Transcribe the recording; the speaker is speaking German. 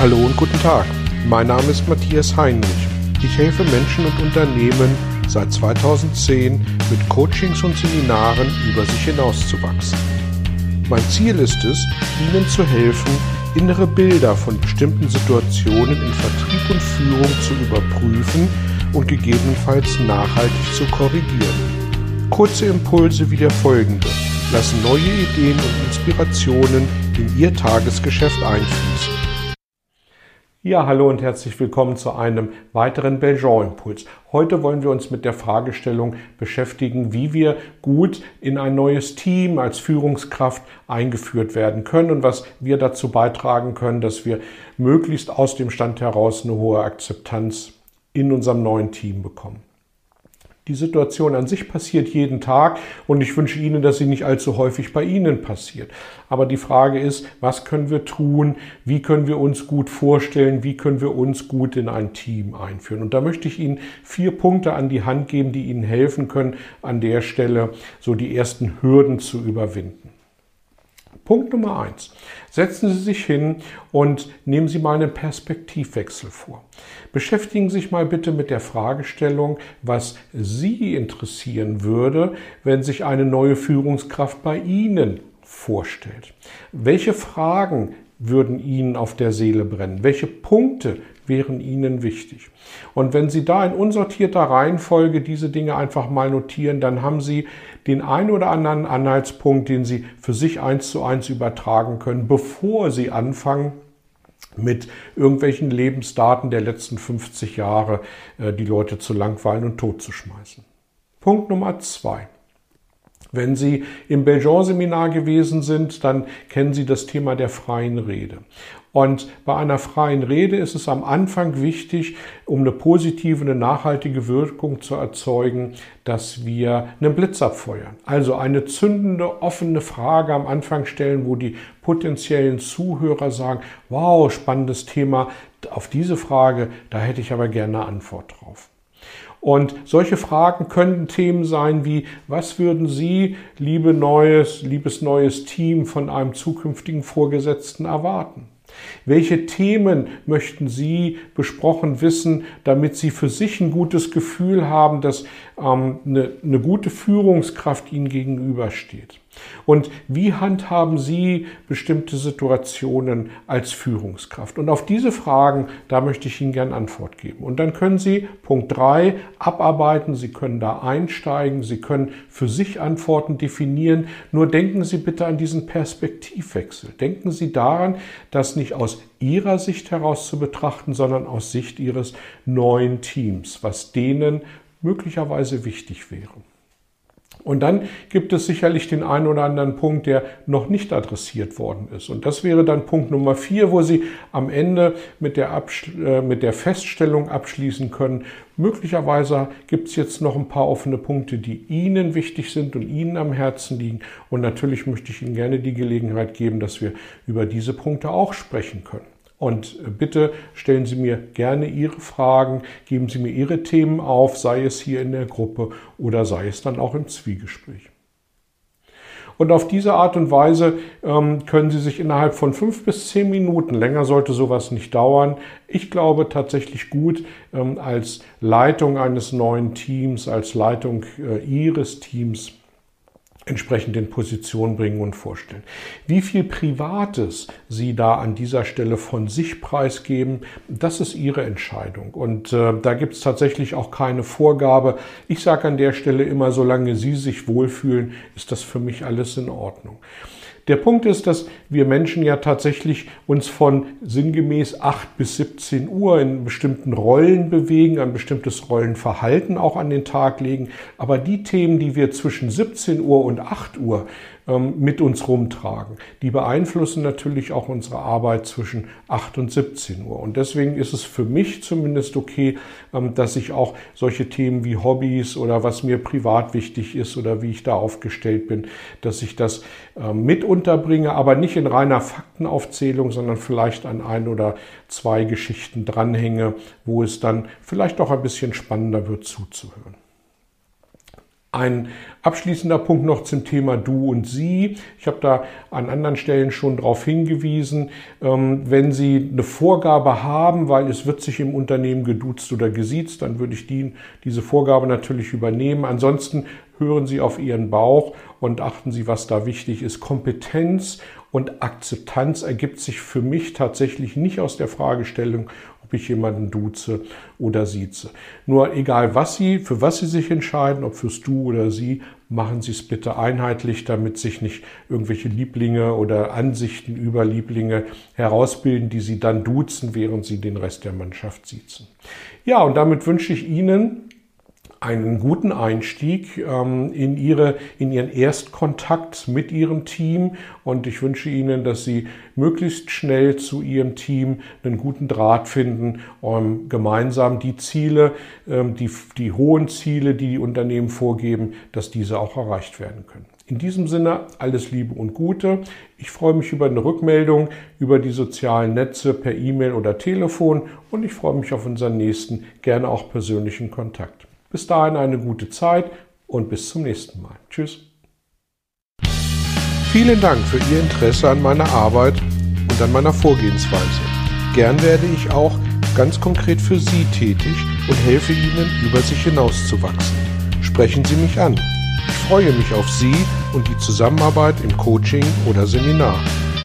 Hallo und guten Tag. Mein Name ist Matthias Heinrich. Ich helfe Menschen und Unternehmen seit 2010 mit Coachings und Seminaren über sich hinauszuwachsen. Mein Ziel ist es, Ihnen zu helfen, innere Bilder von bestimmten Situationen in Vertrieb und Führung zu überprüfen und gegebenenfalls nachhaltig zu korrigieren. Kurze Impulse wie der folgende lassen neue Ideen und Inspirationen in Ihr Tagesgeschäft einfließen. Ja, hallo und herzlich willkommen zu einem weiteren Belgian-Impuls. Heute wollen wir uns mit der Fragestellung beschäftigen, wie wir gut in ein neues Team als Führungskraft eingeführt werden können und was wir dazu beitragen können, dass wir möglichst aus dem Stand heraus eine hohe Akzeptanz in unserem neuen Team bekommen. Die Situation an sich passiert jeden Tag und ich wünsche Ihnen, dass sie nicht allzu häufig bei Ihnen passiert. Aber die Frage ist, was können wir tun? Wie können wir uns gut vorstellen? Wie können wir uns gut in ein Team einführen? Und da möchte ich Ihnen 4 Punkte an die Hand geben, die Ihnen helfen können, an der Stelle so die ersten Hürden zu überwinden. Punkt Nummer 1. Setzen Sie sich hin und nehmen Sie mal einen Perspektivwechsel vor. Beschäftigen Sie sich mal bitte mit der Fragestellung, was Sie interessieren würde, wenn sich eine neue Führungskraft bei Ihnen vorstellt. Welche Fragen würden Ihnen auf der Seele brennen? Welche Punkte wären Ihnen wichtig? Und wenn Sie da in unsortierter Reihenfolge diese Dinge einfach mal notieren, dann haben Sie den einen oder anderen Anhaltspunkt, den Sie für sich 1:1 übertragen können, bevor Sie anfangen, mit irgendwelchen Lebensdaten der letzten 50 Jahre die Leute zu langweilen und totzuschmeißen. Punkt Nummer 2. Wenn Sie im Belgian-Seminar gewesen sind, dann kennen Sie das Thema der freien Rede. Und bei einer freien Rede ist es am Anfang wichtig, um eine positive, eine nachhaltige Wirkung zu erzeugen, dass wir einen Blitz abfeuern. Also eine zündende, offene Frage am Anfang stellen, wo die potenziellen Zuhörer sagen, wow, spannendes Thema, auf diese Frage, da hätte ich aber gerne eine Antwort drauf. Und solche Fragen könnten Themen sein wie, was würden Sie, liebes neues Team, von einem zukünftigen Vorgesetzten erwarten? Welche Themen möchten Sie besprochen wissen, damit Sie für sich ein gutes Gefühl haben, dass eine gute Führungskraft Ihnen gegenübersteht? Und wie handhaben Sie bestimmte Situationen als Führungskraft? Und auf diese Fragen, da möchte ich Ihnen gerne Antwort geben. Und dann können Sie Punkt 3 abarbeiten, Sie können da einsteigen, Sie können für sich Antworten definieren. Nur denken Sie bitte an diesen Perspektivwechsel. Denken Sie daran, das nicht aus Ihrer Sicht heraus zu betrachten, sondern aus Sicht Ihres neuen Teams, was denen möglicherweise wichtig wäre. Und dann gibt es sicherlich den einen oder anderen Punkt, der noch nicht adressiert worden ist. Und das wäre dann Punkt Nummer 4, wo Sie am Ende mit der Feststellung abschließen können. Möglicherweise gibt es jetzt noch ein paar offene Punkte, die Ihnen wichtig sind und Ihnen am Herzen liegen. Und natürlich möchte ich Ihnen gerne die Gelegenheit geben, dass wir über diese Punkte auch sprechen können. Und bitte stellen Sie mir gerne Ihre Fragen, geben Sie mir Ihre Themen auf, sei es hier in der Gruppe oder sei es dann auch im Zwiegespräch. Und auf diese Art und Weise können Sie sich innerhalb von 5 bis 10 Minuten, länger sollte sowas nicht dauern, ich glaube tatsächlich gut als Leitung eines neuen Teams, als Leitung Ihres Teams entsprechend in Position bringen und vorstellen. Wie viel Privates Sie da an dieser Stelle von sich preisgeben, das ist Ihre Entscheidung. Und da gibt es tatsächlich auch keine Vorgabe. Ich sage an der Stelle immer, solange Sie sich wohlfühlen, ist das für mich alles in Ordnung. Der Punkt ist, dass wir Menschen ja tatsächlich uns von sinngemäß 8 bis 17 Uhr in bestimmten Rollen bewegen, ein bestimmtes Rollenverhalten auch an den Tag legen. Aber die Themen, die wir zwischen 17 Uhr und 8 Uhr mit uns rumtragen, die beeinflussen natürlich auch unsere Arbeit zwischen 8 und 17 Uhr. Und deswegen ist es für mich zumindest okay, dass ich auch solche Themen wie Hobbys oder was mir privat wichtig ist oder wie ich da aufgestellt bin, dass ich das mit unterbringe, aber nicht in reiner Faktenaufzählung, sondern vielleicht an 1 oder 2 Geschichten dranhänge, wo es dann vielleicht auch ein bisschen spannender wird zuzuhören. Ein abschließender Punkt noch zum Thema Du und Sie. Ich habe da an anderen Stellen schon darauf hingewiesen, wenn Sie eine Vorgabe haben, weil es wird sich im Unternehmen geduzt oder gesiezt, dann würde ich diese Vorgabe natürlich übernehmen. Ansonsten hören Sie auf Ihren Bauch und achten Sie, was da wichtig ist. Kompetenz und Akzeptanz ergibt sich für mich tatsächlich nicht aus der Fragestellung, ob ich jemanden duze oder sieze. Nur egal, für was Sie sich entscheiden, ob fürs Du oder Sie, machen Sie es bitte einheitlich, damit sich nicht irgendwelche Lieblinge oder Ansichten über Lieblinge herausbilden, die Sie dann duzen, während Sie den Rest der Mannschaft siezen. Ja, und damit wünsche ich Ihnen einen guten Einstieg in Ihren Erstkontakt mit Ihrem Team, und ich wünsche Ihnen, dass Sie möglichst schnell zu Ihrem Team einen guten Draht finden, um gemeinsam die Ziele, die hohen Ziele, die Unternehmen vorgeben, dass diese auch erreicht werden können. In diesem Sinne alles Liebe und Gute. Ich freue mich über eine Rückmeldung über die sozialen Netze per E-Mail oder Telefon, und ich freue mich auf unseren nächsten, gerne auch persönlichen Kontakt. Bis dahin eine gute Zeit und bis zum nächsten Mal. Tschüss. Vielen Dank für Ihr Interesse an meiner Arbeit und an meiner Vorgehensweise. Gern werde ich auch ganz konkret für Sie tätig und helfe Ihnen, über sich hinauszuwachsen. Sprechen Sie mich an. Ich freue mich auf Sie und die Zusammenarbeit im Coaching oder Seminar.